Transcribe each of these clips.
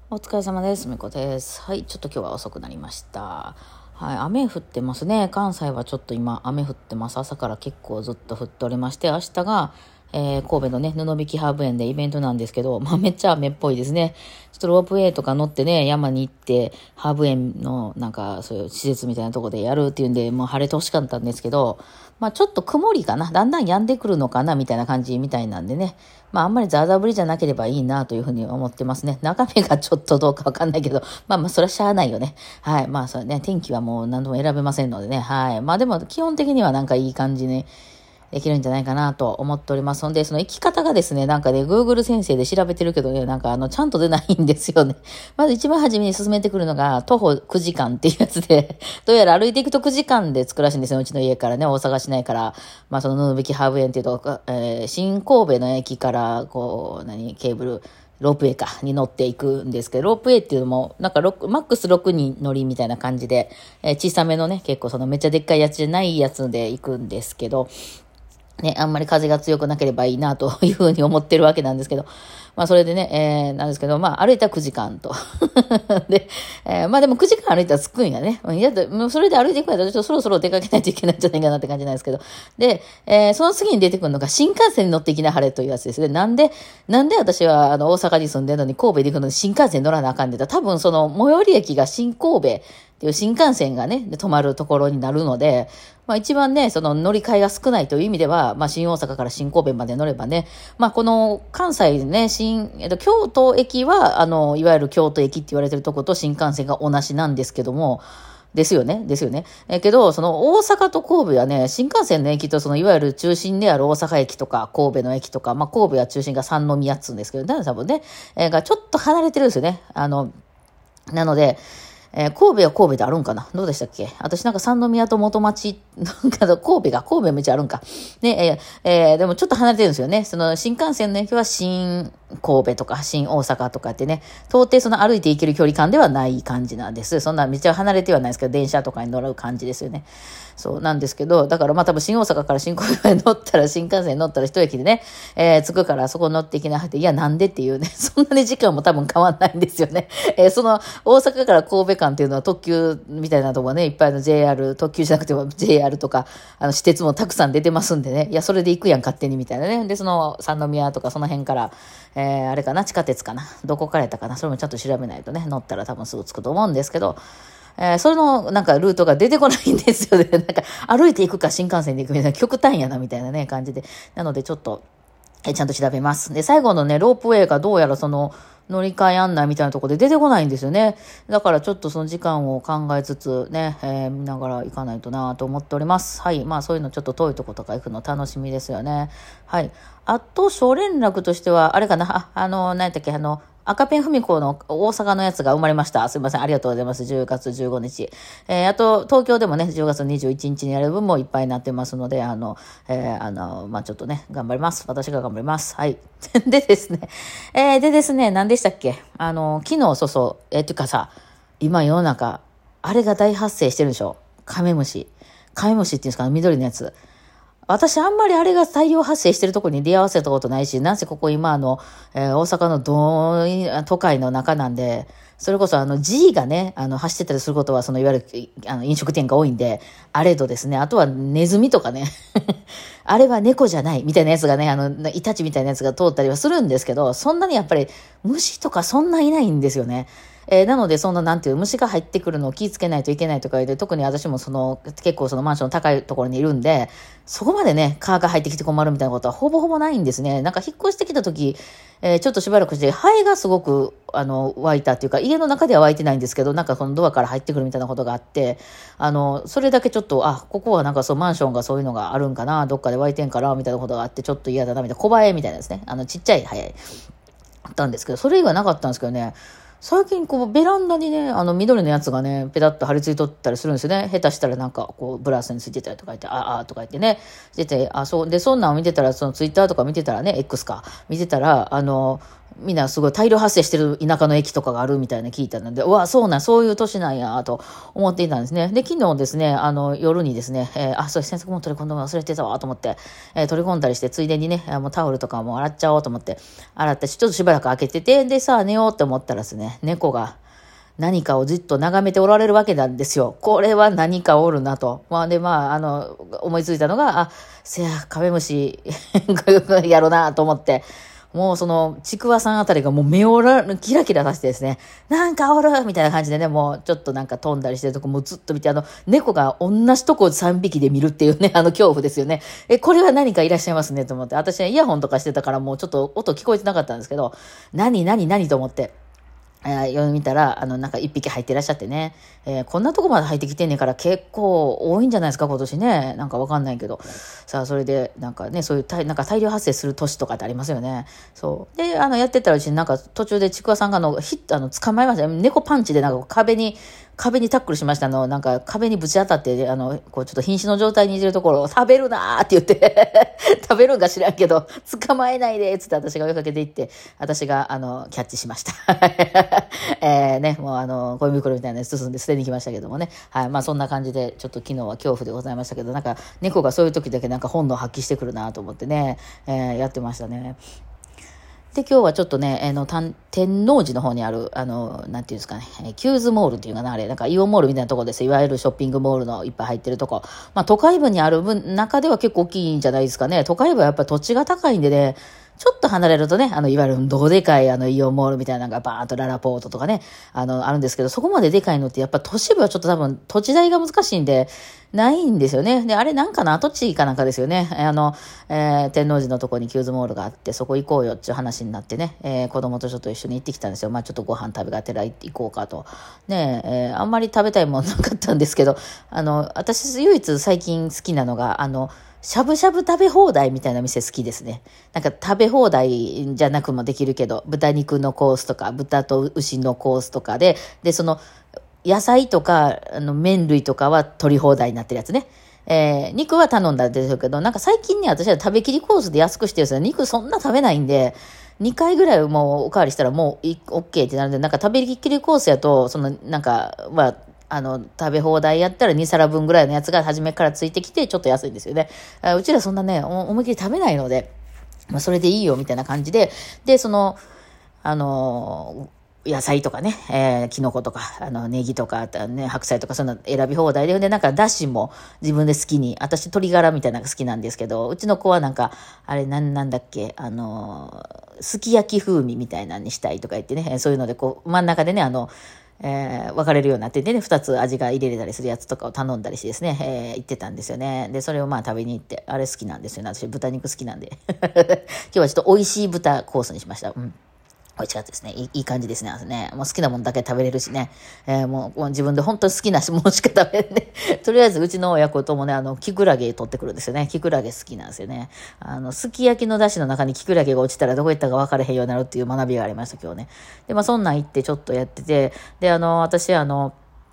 お疲れ様です。みこです。はい、ちょっと今日は遅くなりました。はい、雨降ってますね。関西はちょっと今雨降ってます。朝から結構ずっと降っておりまして、明日が、神戸のね、布引ハーブ園でイベントなんですけど、めっちゃ雨っぽいですね。ちょっとロープウェイとか乗ってね、山に行って、ハーブ園のなんかそういう施設みたいなところでやるっていうんで、もう晴れてほしかったんですけど、ちょっと曇りかな。だんだん止んでくるのかなみたいな感じみたいなんでね。あんまりザーザー降りじゃなければいいなというふうに思ってますね。中身がちょっとどうかわかんないけど、それはしゃあないよね。はい。それね、天気はもう何度も選べませんのでね。はい。でも基本的にはなんかいい感じにできるんじゃないかなと思っておりますので、その生き方がですね、なんかね、Google 先生で調べてるけどね、なんかちゃんと出ないんですよね。まず一番初めに進めてくるのが、徒歩9時間っていうやつで、どうやら歩いていくと9時間で着くらしいんですよ、うちの家からね、大阪市内から。その布引ハーブ園っていうとこ、新神戸の駅から、ケーブル、ロープウェイか、に乗っていくんですけど、ロープウェイっていうのも、なんかマックス6人乗りみたいな感じで、小さめのね、結構そのめっちゃでっかいやつじゃないやつで行くんですけど、ね、あんまり風が強くなければいいなというふうに思ってるわけなんですけど、それでね、なんですけど、歩いたら9時間と。で、でも9時間歩いたら着くんやね。もうそれで歩いていくんやったら、ちょっとそろそろ出かけないといけないんじゃないかなって感じなんですけど。で、その次に出てくるのが新幹線に乗っていきなはれというやつですね。なんで私は大阪に住んでるのに神戸で行くのに新幹線乗らなあかんでた。多分その最寄り駅が新神戸っていう新幹線がね、止まるところになるので、一番ね、その乗り換えが少ないという意味では、新大阪から新神戸まで乗ればね、この関西でね、京都駅は、いわゆる京都駅って言われてるとこと新幹線が同じなんですけども、ですよね。けど、その大阪と神戸はね、新幹線の駅とそのいわゆる中心である大阪駅とか神戸の駅とか、神戸は中心が三宮っつうんですけど、多分ね、がちょっと離れてるんですよね。なので、神戸は神戸であるんかな、どうでしたっけ。私なんか三宮と元町、なんか神戸めっちゃあるんか。ね、でもちょっと離れてるんですよね。その新幹線の駅は新神戸とか新大阪とかってね、到底その歩いて行ける距離感ではない感じなんです。そんなめっちゃ離れてはないですけど、電車とかに乗る感じですよね。そうなんですけど、だから多分新大阪から新神戸に乗ったら、新幹線に乗ったら一駅でね、着くからそこ乗っていきなはって、いやなんでっていうね、そんなに時間も多分変わんないんですよね。その大阪から神戸間っていうのは特急みたいなところね、いっぱいの JR、特急じゃなくても JR とか、私鉄もたくさん出てますんでね、いや、それで行くやん、勝手にみたいなね。で、その三宮とかその辺から、あれかな、地下鉄かな。どこからやったかな。それもちゃんと調べないとね、乗ったら多分すぐ着くと思うんですけど、それのなんかルートが出てこないんですよね。なんか歩いていくか新幹線で行くみたいな極端やなみたいなね感じで。なのでちょっと、ちゃんと調べます。で、最後のね、ロープウェイがどうやらその乗り換え案内みたいなところで出てこないんですよね。だからちょっとその時間を考えつつね、見ながら行かないとなと思っております。はい。そういうのちょっと遠いとことか行くの楽しみですよね。はい。あと、小連絡としては、あれかな、何やったっけ、赤ペン文子の大阪のやつが生まれました。すいません。ありがとうございます。10月15日。あと、東京でもね、10月21日にやる分もいっぱいになってますので、ちょっとね、頑張ります。私が頑張ります。はい。でですね、何でしたっけ昨日、っていうかさ、今世の中、あれが大発生してるでしょ。カメムシ。カメムシっていうんですか、緑のやつ。私あんまりあれが大量発生してるところに出会わせたことないし、なんせここ今大阪の都会の中なんで、それこそG がね、走ってたりすることは、そのいわゆる飲食店が多いんで、あれとですね、あとはネズミとかね、あれは猫じゃないみたいなやつがね、イタチみたいなやつが通ったりはするんですけど、そんなにやっぱり虫とかそんないないんですよね。なので、そんな、なんていう、虫が入ってくるのを気をつけないといけないとか言って、特に私も結構そのマンションの高いところにいるんで、そこまでね、蚊が入ってきて困るみたいなことはほぼほぼないんですね。なんか引っ越してきた時、ちょっとしばらくして、ハエがすごく、湧いたっていうか、家の中では湧いてないんですけど、なんかこのドアから入ってくるみたいなことがあって、それだけちょっと、ここはなんかマンションがそういうのがあるんかな、どっかで湧いてんかな、みたいなことがあって、ちょっと嫌だな、みたいな、小ハエみたいなですね。ちっちゃいハエあったんですけど、それ以外なかったんですけどね、最近ベランダにね、緑のやつがね、ペタッと張り付いとったりするんですよね。下手したらなんかブラスについてたりとか言って、とか言ってね。してて、そう。で、そんなんを見てたら、そのツイッターとか見てたらね、X か。見てたら、 みんなすごい大量発生してる田舎の駅とかがあるみたいな聞いたので、うわ、そういう年なんや、と思っていたんですね。で、昨日ですね、夜にですね、そう、洗濯物取り込んだの忘れてたわ、と思って、取り込んだりして、ついでにね、もうタオルとかも洗っちゃおうと思って、洗って、ちょっとしばらく開けてて、で、さあ寝ようって思ったらですね、猫が、何かをじっと眺めておられるわけなんですよ。これは何かおるなと。思いついたのが、カメムシやろなと思って、もうその、ちくわさんあたりがもう目をキラキラさせてですね、なんかおるみたいな感じでね、もうちょっとなんか飛んだりしてるとこもずっと見て、猫が同じとこ3匹で見るっていうね、恐怖ですよね。これは何かいらっしゃいますねと思って、私はイヤホンとかしてたからもうちょっと音聞こえてなかったんですけど、何と思って。読みたら、なんか一匹入ってらっしゃってね。こんなとこまで入ってきてんねんから結構多いんじゃないですか、今年ね。なんかわかんないけど。さあ、それで、なんかね、そういうなんか大量発生する年とかってありますよね。そう。で、やってたらうちになんか途中でちくわさんが捕まえました。猫パンチでなんか壁にタックルしました。なんか壁にぶち当たって、こうちょっと瀕死の状態にいるところを食べるなーって言って食べるんか知らんけど、捕まえないでーっつって私が追いかけていって、私が、キャッチしました。もうゴミ袋みたいなやつ進んで捨てに来ましたけどもね。はい。まあそんな感じで、ちょっと昨日は恐怖でございましたけど、なんか猫がそういう時だけなんか本能発揮してくるなと思ってね、やってましたね。で、今日はちょっとね、天王寺の方にある、なんていうんですかね、キューズモールっていうかな、あれ、なんかイオンモールみたいなところです。いわゆるショッピングモールのいっぱい入ってるとこ。まあ、都会部にある中では結構大きいんじゃないですかね。都会部はやっぱり土地が高いんでね、ちょっと離れるとね、いわゆるどでかいイオンモールみたいなのがバーンとララポートとかね、あるんですけど、そこまででかいのってやっぱ都市部はちょっと多分土地代が難しいんで、ないんですよね。で、あれなんかな、跡地かなんかですよね。天王寺のとこにキューズモールがあって、そこ行こうよっていう話になってね、子供とちょっと一緒に行ってきたんですよ。まあちょっとご飯食べがてら行こうかと。ねあんまり食べたいもんなかったんですけど、私唯一最近好きなのが、しゃぶしゃぶ食べ放題みたいな店好きですね。なんか食べ放題じゃなくもできるけど、豚肉のコースとか、豚と牛のコースとかで、その、野菜とか、麺類とかは取り放題になってるやつね。肉は頼んだんですけど、なんか最近ね、私は食べきりコースで安くしてるんですよ。肉そんな食べないんで、2回ぐらいもうおかわりしたらもうオッケーってなるんで、なんか食べきりコースやと、なんか、食べ放題やったら2皿分ぐらいのやつが初めからついてきて、ちょっと安いんですよね。うちらそんなね、思いっきり食べないので、まあ、それでいいよ、みたいな感じで、で、野菜とかね、キノコとか、ネギとか、ね、白菜とか、そんな選び放題で、なんか、だしも自分で好きに、私、鶏ガラみたいなのが好きなんですけど、うちの子はなんか、あれ、なんだっけ、すき焼き風味みたいなのにしたいとか言ってね、そういうので、こう、真ん中でね、分かれるようになっててね、2つ味が入れれたりするやつとかを頼んだりしてですね、行ってたんですよね。で、それをまあ食べに行って、あれ好きなんですよね。私、豚肉好きなんで。今日はちょっと美味しい豚コースにしました。うん。美味しかったですね。いい感じですね。もう好きなものだけ食べれるしね。もう自分で本当に好きなものしか食べれね。とりあえずうちの親子ともね、キクラゲ取ってくるんですよね。キクラゲ好きなんですよね。すき焼きの出汁の中にキクラゲが落ちたらどこ行ったか分からへんようになるっていう学びがありました、今日ね。で、まあそんなん行ってちょっとやってて、で、私ロ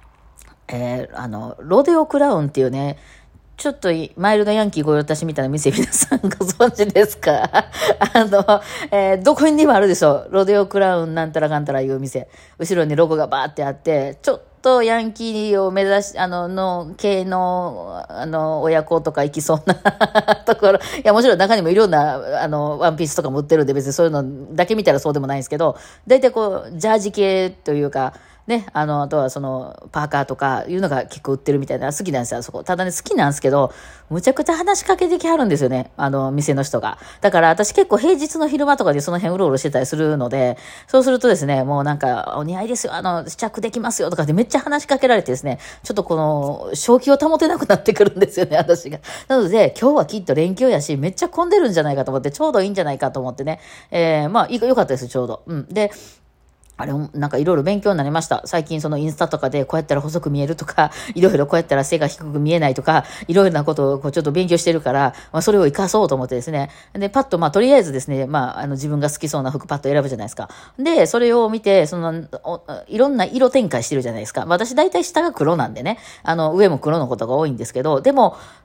デオクラウンっていうね、ちょっとマイルドヤンキー御用達みたいな店皆さんご存知ですか？どこにでもあるでしょ。ロデオクラウンなんたらかんたらいう店。後ろにロゴがバーってあって、ちょっとヤンキーを目指し、系の、親子とか行きそうなところ。いや、もちろん中にもいろんな、ワンピースとかも売ってるんで別にそういうのだけ見たらそうでもないんですけど、だいたいこう、ジャージ系というか、ね、あとはパーカーとかいうのが結構売ってるみたいな、好きなんですよ、そこ。ただね、好きなんですけど、むちゃくちゃ話しかけてきはるんですよね、店の人が。だから私結構平日の昼間とかでその辺うろうろしてたりするので、そうするとですね、もうなんか、お似合いですよ、試着できますよとかでめっちゃ話しかけられてですね、ちょっとこの、正気を保てなくなってくるんですよね、私が。なので、今日はきっと連休やし、めっちゃ混んでるんじゃないかと思って、ちょうどいいんじゃないかと思ってね、まあ、よかったです、ちょうど。うん。で、あれ、なんかいろいろ勉強になりました。最近そのインスタとかでこうやったら細く見えるとか、いろいろこうやったら背が低く見えないとか、いろいろなことをこうちょっと勉強してるから、まあそれを活かそうと思ってですね。で、パッとまあとりあえずですね、まあ自分が好きそうな服パッと選ぶじゃないですか。で、それを見て、いろんな色展開してるじゃないですか。私大体下が黒なんでね、上も黒のことが多いんですけど、でも、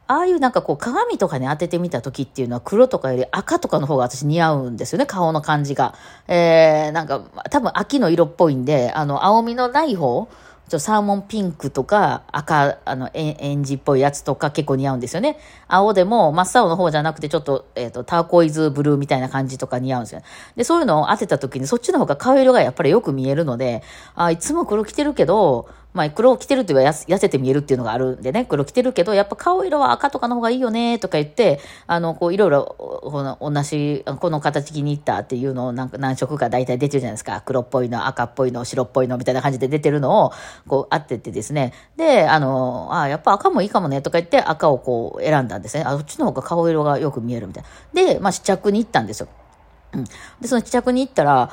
ああいうなんかこう鏡とかに当ててみた時っていうのは黒とかより赤とかの方が私似合うんですよね、顔の感じが。なんか多分秋の色っぽいんで、青みのない方、サーモンピンクとか赤、エンジっぽいやつとか結構似合うんですよね。青でも真っ青の方じゃなくてちょっと、ターコイズブルーみたいな感じとか似合うんですよ。で、そういうのを当てた時にそっちの方が顔色がやっぱりよく見えるので、いつも黒着てるけど、まあ、黒を着てるって言えば痩せて見えるっていうのがあるんでね、黒着てるけど、やっぱ顔色は赤とかの方がいいよね、とか言って、こう、いろいろ、同じ、この形気に入ったっていうのをなんか何色か大体出てるじゃないですか。黒っぽいの、赤っぽいの、白っぽいのみたいな感じで出てるのを、こう、当ててですね。で、やっぱ赤もいいかもね、とか言って赤をこう選んだんですね。そっちの方が顔色がよく見えるみたいな。で、まあ、試着に行ったんですよ。うん。で、その試着に行ったら、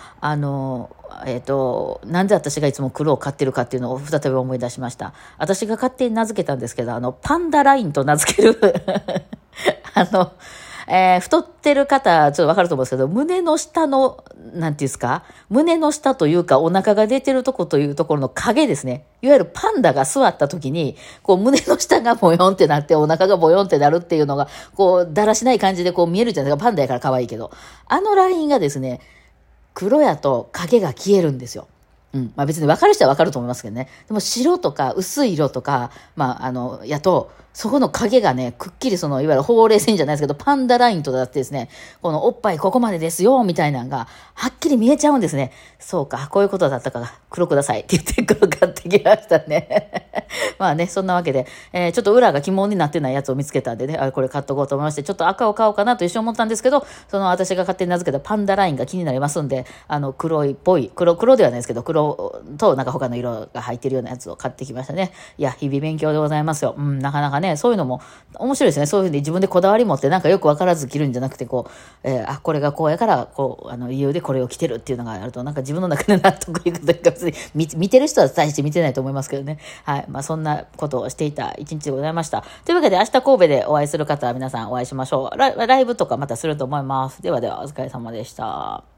なんで私がいつも黒を買ってるかっていうのを再び思い出しました。私が勝手に名付けたんですけど、パンダラインと名付けるあの、太ってる方、ちょっとわかると思うんですけど、胸の下の、なんていうんですか、胸の下というか、お腹が出てるとこというところの影ですね。いわゆるパンダが座った時に、こう胸の下がボヨンってなって、お腹がボヨンってなるっていうのが、こう、だらしない感じでこう見えるじゃないですか。パンダやから可愛いけど。あのラインがですね、黒やと影が消えるんですよ。うん。まあ別に分かる人は分かると思いますけどね。でも白とか薄い色とか、まあやと、そこの影がね、くっきりいわゆるほうれい線じゃないですけど、パンダラインとだってですね、このおっぱいここまでですよ、みたいなのが、はっきり見えちゃうんですね。そうか、こういうことだったから、黒くださいって言って黒買ってきましたね。まあね、そんなわけで、ちょっと裏が鬼門になってないやつを見つけたんでね、これ買っとこうと思いまして、ちょっと赤を買おうかなと一瞬思ったんですけど、私が勝手に名付けたパンダラインが気になりますんで、黒いっぽい、黒ではないですけど、黒となんか他の色が入ってるようなやつを買ってきましたね。いや、日々勉強でございますよ。うん、なかなかね、そういうのも面白いですね。そういうふうに自分でこだわり持ってなんかよくわからず着るんじゃなくて、こう、これがこうやから、こう、理由でこれを着てるっていうのがあると、なんか自分の中で納得いくというか、別に見てる人は大して見てないと思いますけどね。はい。まあ、そんなことをしていた一日でございました。というわけで、明日神戸でお会いする方は皆さんお会いしましょう。ライブとかまたすると思います。ではでは、お疲れ様でした。